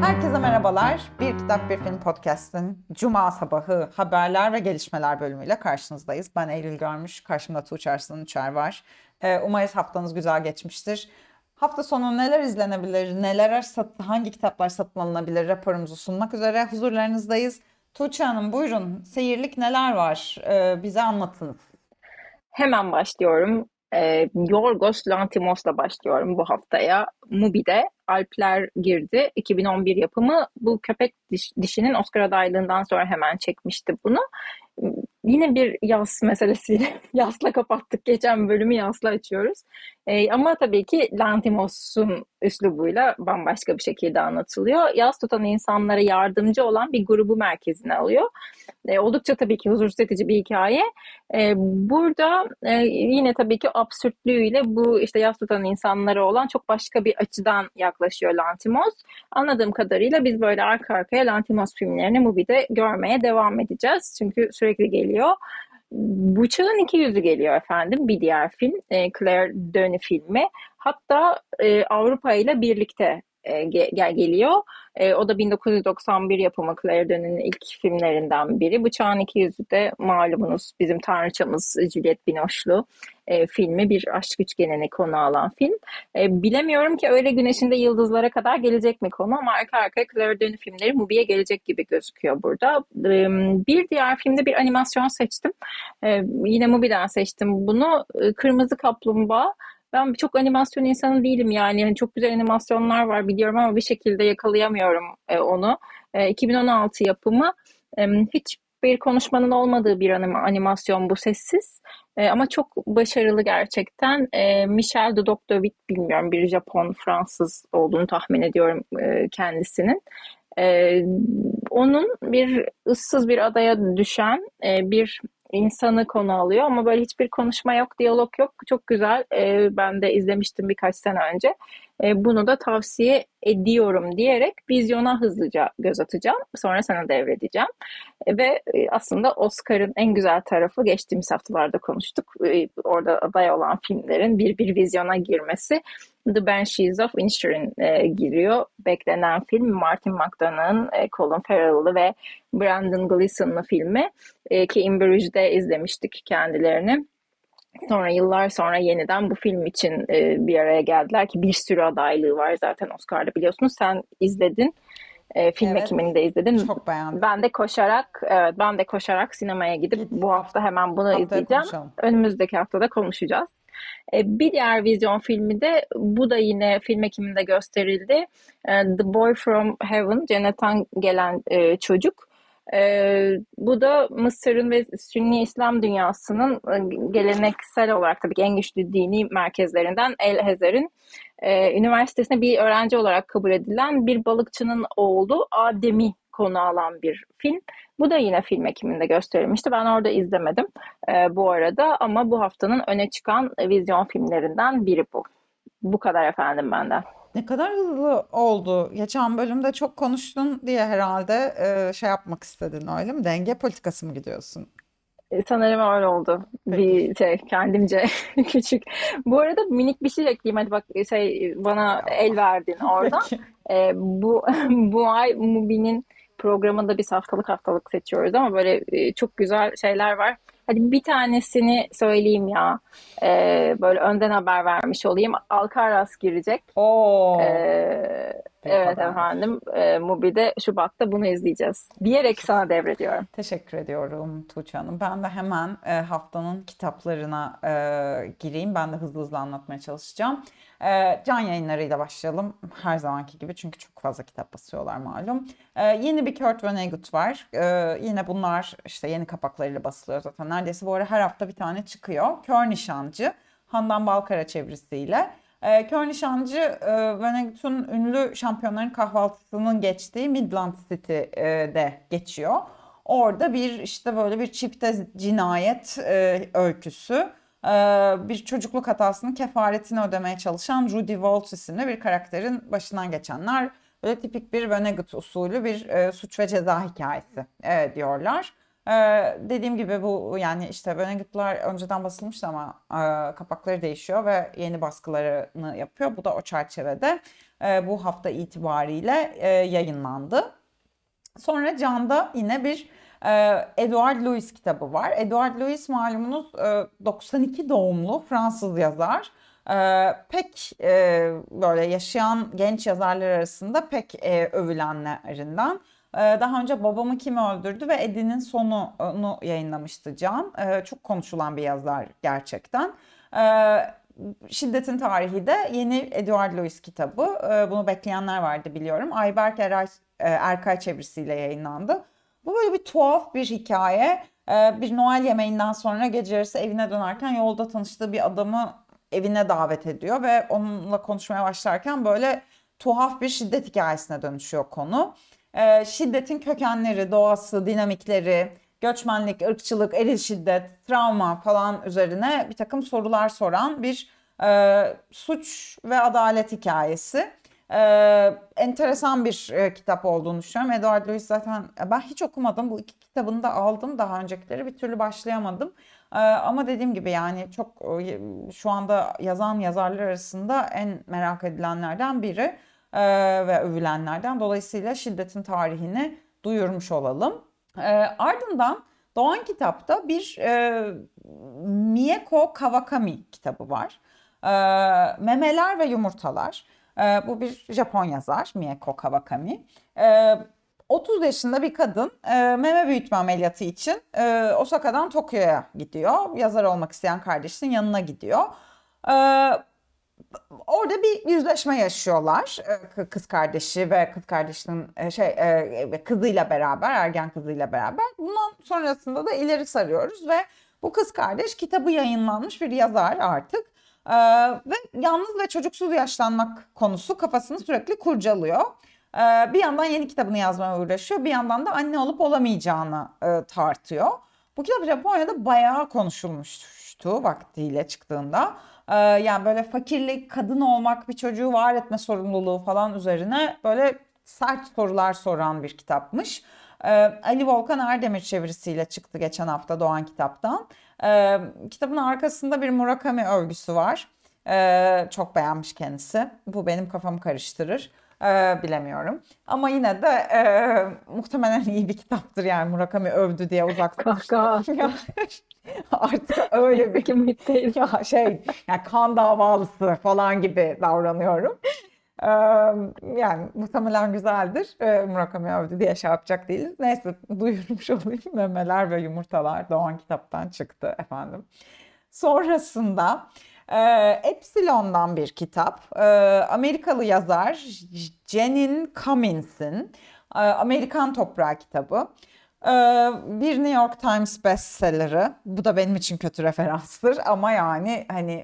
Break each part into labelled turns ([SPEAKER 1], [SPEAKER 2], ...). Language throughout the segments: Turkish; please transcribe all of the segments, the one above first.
[SPEAKER 1] Herkese merhabalar. Bir Kitap Bir Film Podcast'ın Cuma sabahı haberler ve gelişmeler bölümüyle karşınızdayız. Ben Eylül Görmüş, karşımda Tuğçe Arslan Uçer var. Umarız haftanız güzel geçmiştir. Hafta sonu neler izlenebilir, hangi kitaplar satın alınabilir raporumuzu sunmak üzere huzurlarınızdayız. Tuğçe Hanım buyurun, seyirlik neler var? Bize anlatınız.
[SPEAKER 2] Hemen başlıyorum. Yorgos Lanthimos'la başlıyorum bu haftaya. Mubi'de Alpler girdi. 2011 yapımı. Bu köpek dişinin Oscar adaylığından sonra hemen çekmişti bunu. Yine bir yas meselesiyle yasla kapattık. Geçen bölümü yasla açıyoruz. Ama tabii ki Lanthimos'un üslubuyla bambaşka bir şekilde anlatılıyor. Yas tutan insanlara yardımcı olan bir grubu merkezine alıyor. Oldukça tabii ki huzursuz edici bir hikaye. Burada yine tabii ki absürtlüğüyle bu işte yas tutan insanlara olan çok başka bir açıdan yaklaşıyor Lanthimos. Anladığım kadarıyla biz böyle arka arkaya Lanthimos filmlerini Mubi'de görmeye devam edeceğiz. Çünkü sürekli geliyor. Bıçağın İki Yüzü geliyor efendim, bir diğer film. Claire Denis filmi. Hatta Avrupa ile birlikte geliyor. O da 1991 yapımı Claire Denis'in ilk filmlerinden biri. Bıçağın İki Yüzü de malumunuz bizim tanrıçamız Juliette Binoche'lu filmi, bir aşk üçgenini konu alan film. Bilemiyorum ki öyle güneşinde yıldızlara kadar gelecek mi konu, ama arka arkaya Claire Denis filmleri Mubi'ye gelecek gibi gözüküyor burada. Bir diğer filmde bir animasyon seçtim. Yine Mubi'den seçtim bunu. Kırmızı Kaplumbağa. Ben çok animasyon insanı değilim yani. Yani çok güzel animasyonlar var biliyorum ama bir şekilde yakalayamıyorum onu. 2016 yapımı. Hiçbir konuşmanın olmadığı bir animasyon bu, sessiz. Ama çok başarılı gerçekten. Michel de Doctavit, bilmiyorum, bir Japon Fransız olduğunu tahmin ediyorum kendisinin. Ee, Onun bir ıssız bir adaya düşen bir insanı konu alıyor ama böyle hiçbir konuşma yok, diyalog yok. Çok güzel. Ben de izlemiştim birkaç sene önce. Bunu da tavsiye ediyorum diyerek vizyona hızlıca göz atacağım. Sonra sana devredeceğim. Ve aslında Oscar'ın en güzel tarafı, geçtiğimiz haftalarda konuştuk. Orada aday olan filmlerin bir vizyona girmesi. The Banshees of Inisherin giriyor. Beklenen film, Martin McDonagh'ın Colin Farrell'lı ve Brendan Gleeson'lı filmi. Ki In Bruges'de izlemiştik kendilerini. Sonra yıllar sonra yeniden bu film için bir araya geldiler ki bir sürü adaylığı var zaten Oscar'da, biliyorsunuz. Sen izledin. Film
[SPEAKER 1] Evet,
[SPEAKER 2] ekimini de izledin.
[SPEAKER 1] çok beğendim.
[SPEAKER 2] Ben de koşarak sinemaya gidip
[SPEAKER 1] Git
[SPEAKER 2] bu hafta hemen bunu
[SPEAKER 1] haftaya
[SPEAKER 2] izleyeceğim.
[SPEAKER 1] konuşalım.
[SPEAKER 2] Önümüzdeki haftada konuşacağız. Bir diğer vizyon filmi de, bu da yine film ekiminde gösterildi. The Boy from Heaven, cennetten gelen çocuk. Bu da Mısır'ın ve Sünni İslam dünyasının geleneksel olarak tabii ki en güçlü dini merkezlerinden El Azhar'ın üniversitesine bir öğrenci olarak kabul edilen bir balıkçının oğlu Adem'i konu alan bir film. Bu da yine film ekiminde gösterilmişti. Ben orada izlemedim bu arada, ama bu haftanın öne çıkan vizyon filmlerinden biri bu. Bu kadar efendim benden.
[SPEAKER 1] Ne kadar hızlı oldu. Geçen bölümde çok konuştun diye herhalde şey yapmak istedin öyle mi? Denge politikası mı gidiyorsun?
[SPEAKER 2] Sanırım öyle oldu.
[SPEAKER 1] Peki.
[SPEAKER 2] Bir şey kendimce küçük. Bu arada minik bir şey ekleyeyim. Hadi bak, şey,
[SPEAKER 1] Hay
[SPEAKER 2] bana el
[SPEAKER 1] Allah.
[SPEAKER 2] verdin oradan.
[SPEAKER 1] Peki.
[SPEAKER 2] Bu bu ay Mubi'nin programında biz haftalık haftalık seçiyoruz ama böyle çok güzel şeyler var. Hadi bir tanesini söyleyeyim ya. Böyle önden haber vermiş olayım. Alcaraz girecek.
[SPEAKER 1] Oo, büyük
[SPEAKER 2] Evet
[SPEAKER 1] habermiş.
[SPEAKER 2] efendim. Mubi'de Şubat'ta bunu izleyeceğiz. Diyerek sana devrediyorum.
[SPEAKER 1] Teşekkür ediyorum Tuğçe Hanım. Ben de hemen haftanın kitaplarına gireyim. Ben de hızlı hızlı anlatmaya çalışacağım. Can yayınlarıyla başlayalım. Her zamanki gibi çünkü çok fazla kitap basıyorlar malum. Yeni bir Kurt Vonnegut var. Yine bunlar işte yeni kapaklarıyla basılıyor zaten. Neredeyse bu ara her hafta bir tane çıkıyor. Kör Nişancı, Handan Balkara çevirisiyle. Kör Nişancı, Vonnegut'un ünlü Şampiyonların Kahvaltısı'nın geçtiği Midland City'de geçiyor. Orada bir işte böyle bir çifte cinayet öyküsü. Bir çocukluk hatasının kefaretini ödemeye çalışan Rudy Waltz isimli bir karakterin başından geçenler. Böyle tipik bir Vonnegut usulü bir suç ve ceza hikayesi diyorlar. Dediğim gibi bu yani işte Vonnegutt'lar önceden basılmıştı ama kapakları değişiyor ve yeni baskılarını yapıyor. Bu da o çerçevede bu hafta itibariyle yayınlandı. Sonra Can'da yine bir Edward Louis kitabı var. Edward Louis malumunuz 92 doğumlu Fransız yazar. Pek böyle yaşayan genç yazarlar arasında pek övülenlerinden. Daha önce Babamı Kim Öldürdü ve Eddie'nin Sonu'nu yayınlamıştı Can. Çok konuşulan bir yazar gerçekten. Şiddetin Tarihi de yeni Edward Louis kitabı. Bunu bekleyenler vardı biliyorum. Ayberk Erkay çevirisiyle yayınlandı. Bu böyle bir tuhaf bir hikaye. Bir Noel yemeğinden sonra gece yarısı evine dönerken yolda tanıştığı bir adamı evine davet ediyor ve onunla konuşmaya başlarken böyle tuhaf bir şiddet hikayesine dönüşüyor konu. Şiddetin kökenleri, doğası, dinamikleri, göçmenlik, ırkçılık, eril şiddet, travma falan üzerine bir takım sorular soran bir suç ve adalet hikayesi. Enteresan bir kitap olduğunu düşünüyorum. Edward Louis zaten ben hiç okumadım. Bu iki kitabını da aldım. Daha öncekileri bir türlü başlayamadım. Ama dediğim gibi yani çok şu anda yazan yazarlar arasında en merak edilenlerden biri ve övülenlerden. Dolayısıyla şiddetin tarihini duyurmuş olalım. Ardından Doğan Kitap'ta bir Mieko Kawakami kitabı var. Memeler ve Yumurtalar. Bu bir Japon yazar Mieko Kawakami. 30 yaşında bir kadın meme büyütme ameliyatı için Osaka'dan Tokyo'ya gidiyor. Yazar olmak isteyen kardeşinin yanına gidiyor. E, Orada bir yüzleşme yaşıyorlar. Kız kardeşi ve kız kardeşinin kızıyla beraber, ergen kızıyla beraber. Bundan sonrasında da ileri sarıyoruz ve bu kız kardeş kitabı yayınlanmış bir yazar artık. Ve yalnız ve çocuksuz yaşlanmak konusu kafasını sürekli kurcalıyor. Bir yandan yeni kitabını yazmaya uğraşıyor, bir yandan da anne olup olamayacağını tartıyor. Bu kitap Japonya'da bayağı konuşulmuştu vaktiyle çıktığında. Yani böyle fakirlik, kadın olmak, bir çocuğu var etme sorumluluğu falan üzerine böyle sert sorular soran bir kitapmış. Ali Volkan Erdemir çevirisiyle çıktı geçen hafta Doğan Kitap'tan. Kitabın arkasında bir Murakami övgüsü var. Çok beğenmiş kendisi. Bu benim kafamı karıştırır. Bilemiyorum. Ama yine de muhtemelen iyi bir kitaptır yani Murakami övdü diye uzak
[SPEAKER 2] Kahkaha
[SPEAKER 1] tutmuştum.
[SPEAKER 2] attı.
[SPEAKER 1] Artık öyle bir
[SPEAKER 2] Neyse ki MİT'teyiz.
[SPEAKER 1] ya yani kan davalısı falan gibi davranıyorum. Yani muhtemelen güzeldir. Murakami övdü diye şey yapacak değiliz. Neyse duyurmuş olayım. Memeler ve Yumurtalar Doğan Kitap'tan çıktı efendim. Sonrasında Epsilon'dan bir kitap. Amerikalı yazar Jenin Cummins'in Amerikan Toprağı kitabı. Bir New York Times bestseller'ı. Bu da benim için kötü referanstır ama yani hani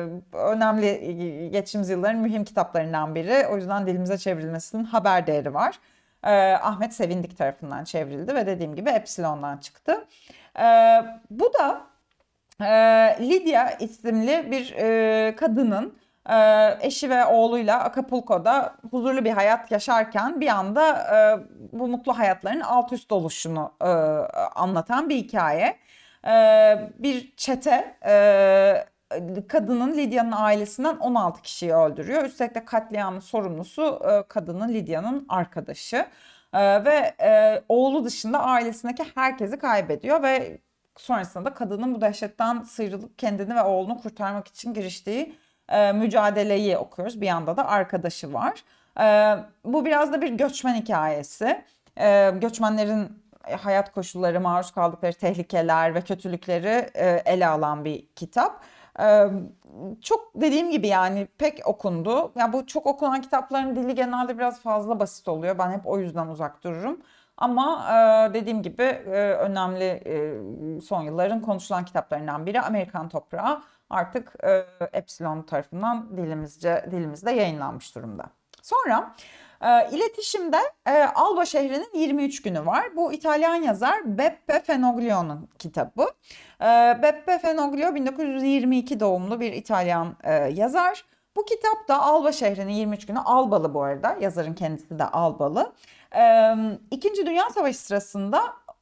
[SPEAKER 1] önemli geçtiğimiz yılların mühim kitaplarından biri. O yüzden dilimize çevrilmesinin haber değeri var. Ahmet Sevindik tarafından çevrildi ve dediğim gibi Epsilon'dan çıktı. Bu da Lydia isimli bir kadının eşi ve oğluyla Acapulco'da huzurlu bir hayat yaşarken bir anda bu mutlu hayatlarının alt üst oluşunu anlatan bir hikaye. Bir çete kadının Lydia'nın ailesinden 16 kişiyi öldürüyor. Üstelik de katliamın sorumlusu kadının Lydia'nın arkadaşı. Ve oğlu dışında ailesindeki herkesi kaybediyor ve sonrasında da kadının bu dehşetten sıyrılıp kendini ve oğlunu kurtarmak için giriştiği mücadeleyi okuyoruz. Bir yanda da arkadaşı var. Bu biraz da bir göçmen hikayesi. Göçmenlerin hayat koşulları, maruz kaldıkları tehlikeler ve kötülükleri ele alan bir kitap. Çok dediğim gibi yani pek okundu. Ya bu çok okunan kitapların dili genelde biraz fazla basit oluyor. Ben hep o yüzden uzak dururum. Ama dediğim gibi önemli son yılların konuşulan kitaplarından biri Amerikan Toprağı artık Epsilon tarafından dilimizde yayınlanmış durumda. Sonra iletişimde Alba şehrinin 23 günü var. Bu İtalyan yazar Beppe Fenoglio'nun kitabı. Beppe Fenoglio 1922 doğumlu bir İtalyan yazar. Bu kitap da Alba şehrinin 23 günü, Albalı bu arada, yazarın kendisi de Albalı. İkinci Dünya Savaşı sırasında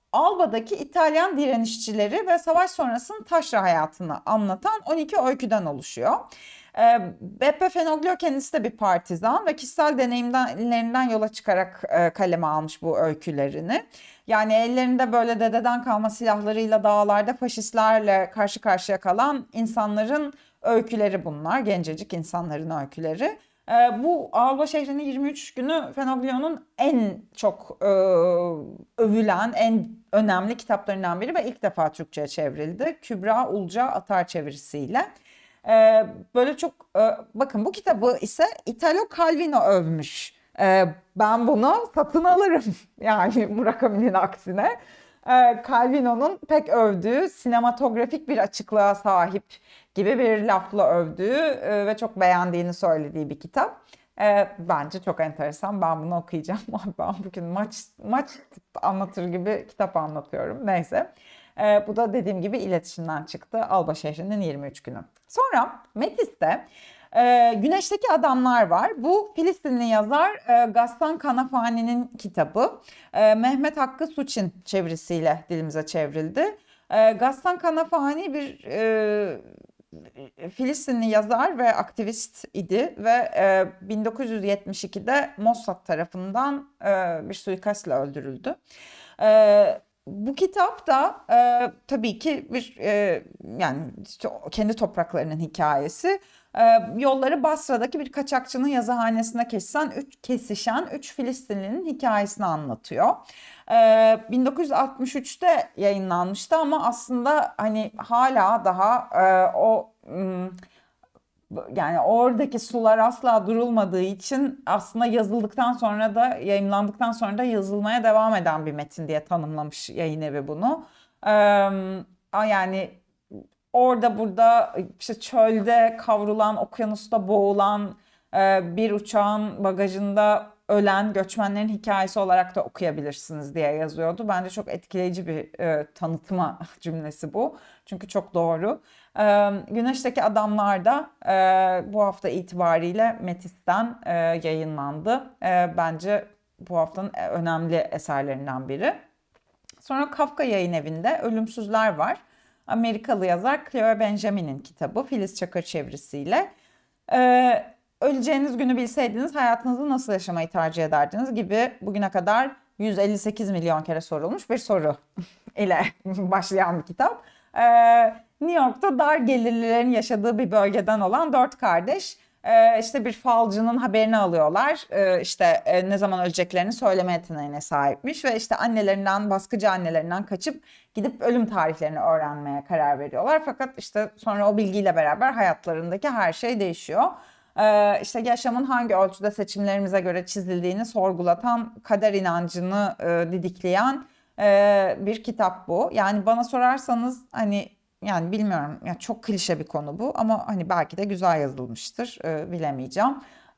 [SPEAKER 1] Alba'daki İtalyan direnişçileri ve savaş sonrasının taşra hayatını anlatan 12 öyküden oluşuyor. Beppe Fenoglio kendisi de bir partizan ve kişisel deneyimlerinden yola çıkarak kaleme almış bu öykülerini. Yani ellerinde böyle dededen kalma silahlarıyla dağlarda faşistlerle karşı karşıya kalan insanların öyküleri bunlar. Gencecik insanların öyküleri. Bu Alba şehrinin 23 günü Fenoglio'nun en çok övülen, en önemli kitaplarından biri ve ilk defa Türkçe'ye çevrildi. Kübra Ulca Atar çevirisiyle. Böyle çok bakın bu kitabı ise Italo Calvino övmüş. Ben bunu satın alırım yani Murakami'nin aksine. Calvino'nun pek övdüğü sinematografik bir açıklığa sahip gibi bir lafla övdüğü ve çok beğendiğini söylediği bir kitap. Bence çok enteresan. Ben bunu okuyacağım. Ben bugün maç anlatır gibi kitap anlatıyorum. Neyse. Bu da dediğim gibi iletişimden çıktı. Alba şehrinin 23 günü. Sonra Metis'te Güneşteki Adamlar var. Bu Filistinli yazar Gaston Kanafani'nin kitabı. Mehmet Hakkı Suçin çevirisiyle dilimize çevrildi. Gaston Kanafani bir Filistinli yazar ve aktivist idi ve 1972'de Mossad tarafından bir suikastla öldürüldü. Bu kitap da tabii ki bir yani işte kendi topraklarının hikayesi. Yolları Basra'daki bir kaçakçının yazıhanesine kesişen üç Filistinlinin hikayesini anlatıyor. 1963'te yayınlanmıştı ama aslında hani hala daha yani oradaki sular asla durulmadığı için aslında yazıldıktan sonra da yayımlandıktan sonra da yazılmaya devam eden bir metin diye tanımlamış yayın evi bunu. Yani orada burada işte çölde kavrulan, okyanusta boğulan, bir uçağın bagajında ölen göçmenlerin hikayesi olarak da okuyabilirsiniz diye yazıyordu. Bence çok etkileyici bir tanıtma cümlesi bu. Çünkü çok doğru. Güneşteki Adamlar da bu hafta itibariyle Metis'ten yayınlandı. Bence bu haftanın önemli eserlerinden biri. Sonra Kafka Yayın Evi'nde Ölümsüzler var. Amerikalı yazar Cleo Benjamin'in kitabı Filiz Çakır çevirisiyle. Öleceğiniz günü bilseydiniz hayatınızı nasıl yaşamayı tercih ederdiniz gibi bugüne kadar 158 milyon kere sorulmuş bir soru ile başlayan bir kitap. New York'ta dar gelirlilerin yaşadığı bir bölgeden olan dört kardeş işte bir falcının haberini alıyorlar. İşte ne zaman öleceklerini söyleme yeteneğine sahipmiş ve işte baskıcı annelerinden kaçıp gidip ölüm tarihlerini öğrenmeye karar veriyorlar. Fakat işte sonra o bilgiyle beraber hayatlarındaki her şey değişiyor. İşte yaşamın hangi ölçüde seçimlerimize göre çizildiğini sorgulatan, kader inancını didikleyen bir kitap bu. Yani bana sorarsanız hani yani bilmiyorum ya çok klişe bir konu bu ama hani belki de güzel yazılmıştır bilemeyeceğim.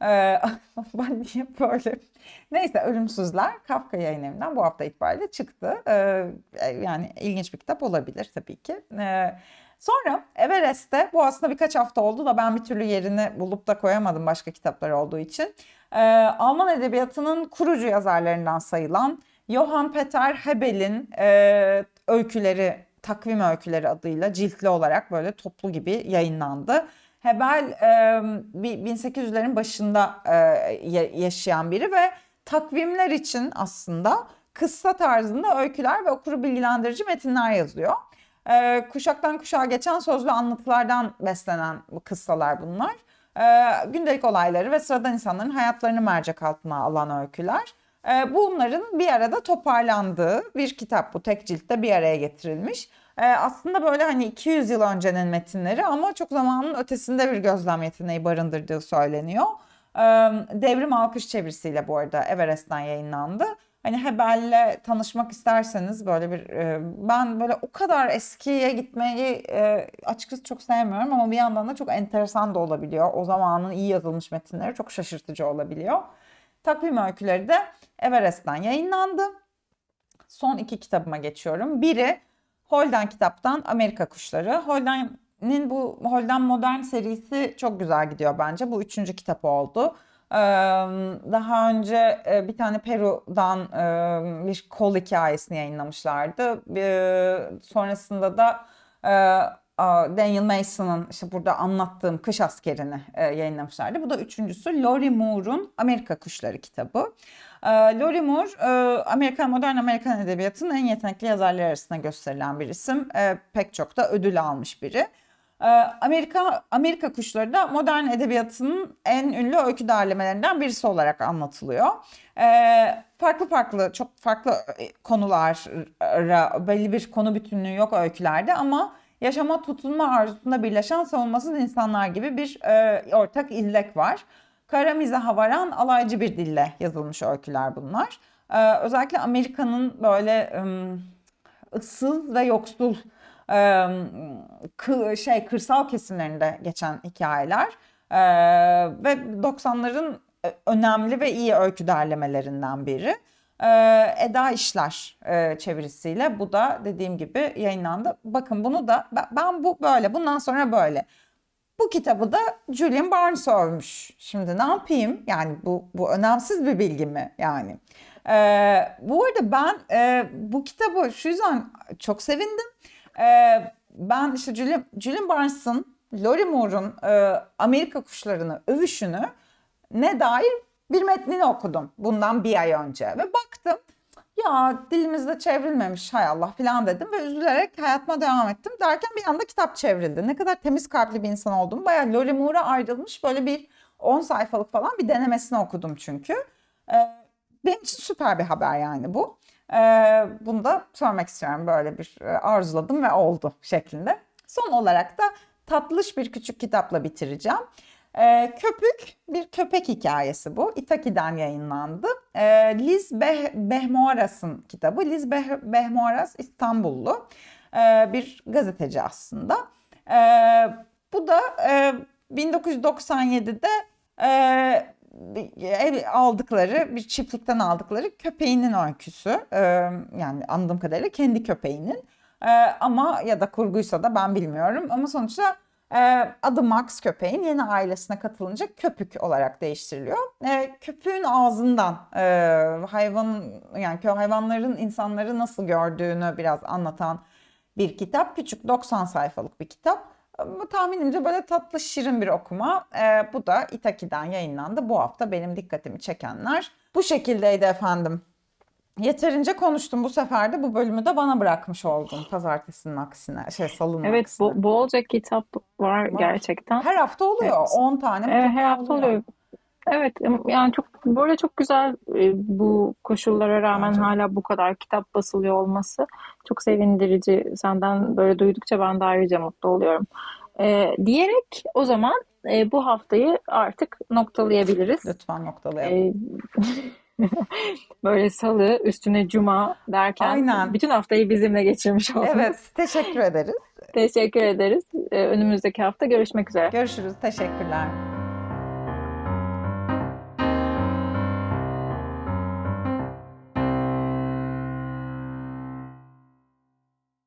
[SPEAKER 1] Ben niye böyle? Neyse Ölümsüzler Kafka Yayın Evi'nden bu hafta itibariyle çıktı. Yani ilginç bir kitap olabilir tabii ki. Sonra Everest'te bu aslında birkaç hafta oldu da ben bir türlü yerini bulup da koyamadım başka kitaplar olduğu için. Alman edebiyatının kurucu yazarlarından sayılan Johann Peter Hebel'in öyküleri, takvim öyküleri adıyla ciltli olarak böyle toplu gibi yayınlandı. Hebel 1800'lerin başında yaşayan biri ve takvimler için aslında kıssa tarzında öyküler ve okuru bilgilendirici metinler yazıyor. Kuşaktan kuşağa geçen sözlü anlatılardan beslenen bu kıssalar bunlar. Gündelik olayları ve sıradan insanların hayatlarını mercek altına alan öyküler. Bunların bir arada toparlandığı bir kitap bu. Tek ciltte bir araya getirilmiş. Aslında böyle hani 200 yıl öncenin metinleri ama çok zamanın ötesinde bir gözlem yeteneği barındırdığı söyleniyor. Devrim Alkış çevirisiyle bu arada Everest'ten yayınlandı. Hani Hebel'le tanışmak isterseniz böyle bir ben böyle o kadar eskiye gitmeyi açıkçası çok sevmiyorum ama bir yandan da çok enteresan da olabiliyor. O zamanın iyi yazılmış metinleri çok şaşırtıcı olabiliyor. Takvim öyküleri de Everest'ten yayınlandı. Son iki kitabıma geçiyorum. Biri Holden kitaptan Amerika Kuşları. Holden Modern serisi çok güzel gidiyor bence. Bu üçüncü kitap oldu. Daha önce bir tane Peru'dan bir kol hikayesini yayınlamışlardı. Sonrasında da Daniel Mason'ın işte burada anlattığım Kış Askeri'ni yayınlamışlardı. Bu da üçüncüsü. Lori Moore'un Amerika Kuşları kitabı. Lori Moore, modern Amerikan edebiyatının en yetenekli yazarları arasında gösterilen bir isim. Pek çok da ödül almış biri. Amerika Kuşları da modern edebiyatının en ünlü öykü derlemelerinden birisi olarak anlatılıyor. Çok farklı konulara belli bir konu bütünlüğü yok öykülerde ama yaşama tutunma arzusunda birleşen savunmasız insanlar gibi bir ortak illek var. Kara mizaha varan alaycı bir dille yazılmış öyküler bunlar. Özellikle Amerika'nın böyle ıssız ve yoksul kırsal kesimlerinde geçen hikayeler ve 90'ların önemli ve iyi öykü derlemelerinden biri. Eda İşler çevirisiyle bu da dediğim gibi yayınlandı. Bakın bunu da bu böyle bundan sonra böyle. Bu kitabı da Julian Barnes övmüş. Şimdi ne yapayım? Yani bu önemsiz bir bilgi mi? Yani. Bu arada ben bu kitabı şu yüzden çok sevindim. Ben işte Julian Barnes'ın, Lori Moore'un Amerika Kuşlarını övüşünü ne dair bir metnini okudum bundan bir ay önce. Ve baktım ya dilimizde çevrilmemiş hay Allah falan dedim ve üzülerek hayatıma devam ettim. Derken bir anda kitap çevrildi. Ne kadar temiz kalpli bir insan olduğumu bayağı Lori Moore'a ayrılmış böyle bir 10 sayfalık falan bir denemesini okudum çünkü. Benim için süper bir haber yani bu. Bunu da söylemek istiyorum. Böyle bir arzuladım ve oldu şeklinde. Son olarak da tatlış bir küçük kitapla bitireceğim. Köpük bir köpek hikayesi bu. İtaki'den yayınlandı. Liz Behmoaras'ın kitabı. Liz Behmoaras İstanbullu bir gazeteci aslında. Bu da 1997'de bir çiftlikten aldıkları köpeğinin öyküsü. Yani anladığım kadarıyla kendi köpeğinin. Ama ya da kurguysa da ben bilmiyorum. Ama sonuçta adı Max köpeğin yeni ailesine katılınca Köpük olarak değiştiriliyor. Köpüğün ağzından köy hayvanların insanları nasıl gördüğünü biraz anlatan bir kitap. Küçük 90 sayfalık bir kitap. Bu tahminimce böyle tatlı şirin bir okuma. Bu da İtaki'den yayınlandı. Bu hafta benim dikkatimi çekenler bu şekildeydi efendim. Yeterince konuştum bu sefer de bu bölümü de bana bırakmış oldum. Pazartesinin aksine, salının
[SPEAKER 2] Evet,
[SPEAKER 1] aksine.
[SPEAKER 2] bolca kitap var
[SPEAKER 1] Var.
[SPEAKER 2] gerçekten.
[SPEAKER 1] Her hafta oluyor.
[SPEAKER 2] Evet,
[SPEAKER 1] 10 tane
[SPEAKER 2] evet, her
[SPEAKER 1] mutlaka
[SPEAKER 2] hafta
[SPEAKER 1] oluyor.
[SPEAKER 2] oluyor. Evet, yani çok böyle çok güzel, bu koşullara rağmen
[SPEAKER 1] Bence de.
[SPEAKER 2] hala bu kadar kitap basılıyor olması çok sevindirici. Senden böyle duydukça ben de ayrıca mutlu oluyorum. Diyerek o zaman bu haftayı artık noktalayabiliriz.
[SPEAKER 1] Lütfen noktalayalım.
[SPEAKER 2] E, Böyle salı üstüne cuma derken
[SPEAKER 1] Aynen.
[SPEAKER 2] bütün haftayı bizimle geçirmiş olduk.
[SPEAKER 1] Evet, teşekkür ederiz.
[SPEAKER 2] Teşekkür ederiz. Önümüzdeki hafta görüşmek üzere.
[SPEAKER 1] Görüşürüz. Teşekkürler.